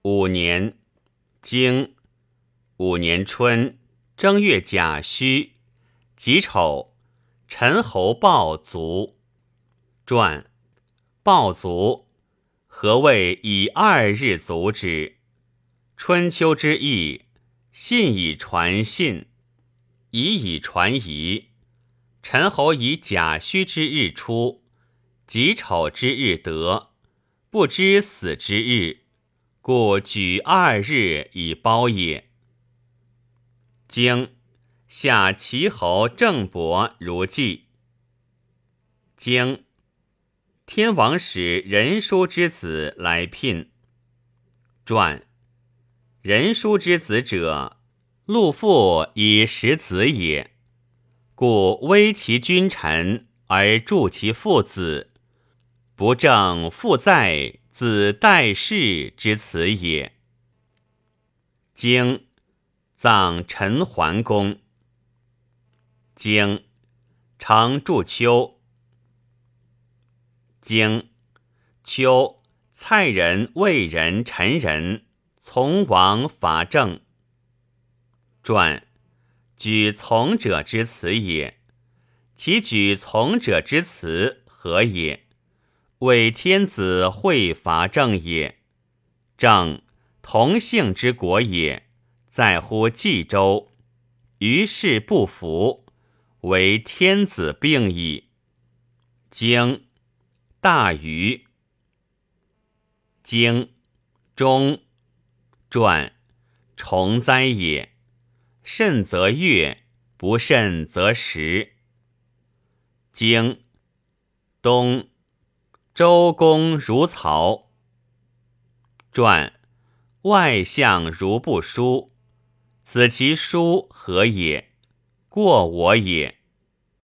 5年，经5年春正月甲戌，己丑，陈侯暴卒。传暴卒，何谓以2日卒之？春秋之义，信以传信，仪以传仪。陈侯以甲戌之日出，己丑之日得，不知死之日，故举2日以褒也。经下齐侯郑伯如纪。经天王使任叔之子来聘。传任叔之子者，陆父以识子也，故威其君臣而助其父子，不正父在子代世之辞也。经葬陈桓公。经常祝秋。经秋，蔡人、魏人、陈人从王伐郑。传举从者之辞也。其举从者之辞何也？为天子会伐郑也。郑同姓之国也，在乎冀州，于是不服，为天子病矣。经大禹。经中。传虫灾也，甚则月，不甚则时。经冬，周公如曹。传外相如不书，此其书何也？过我也。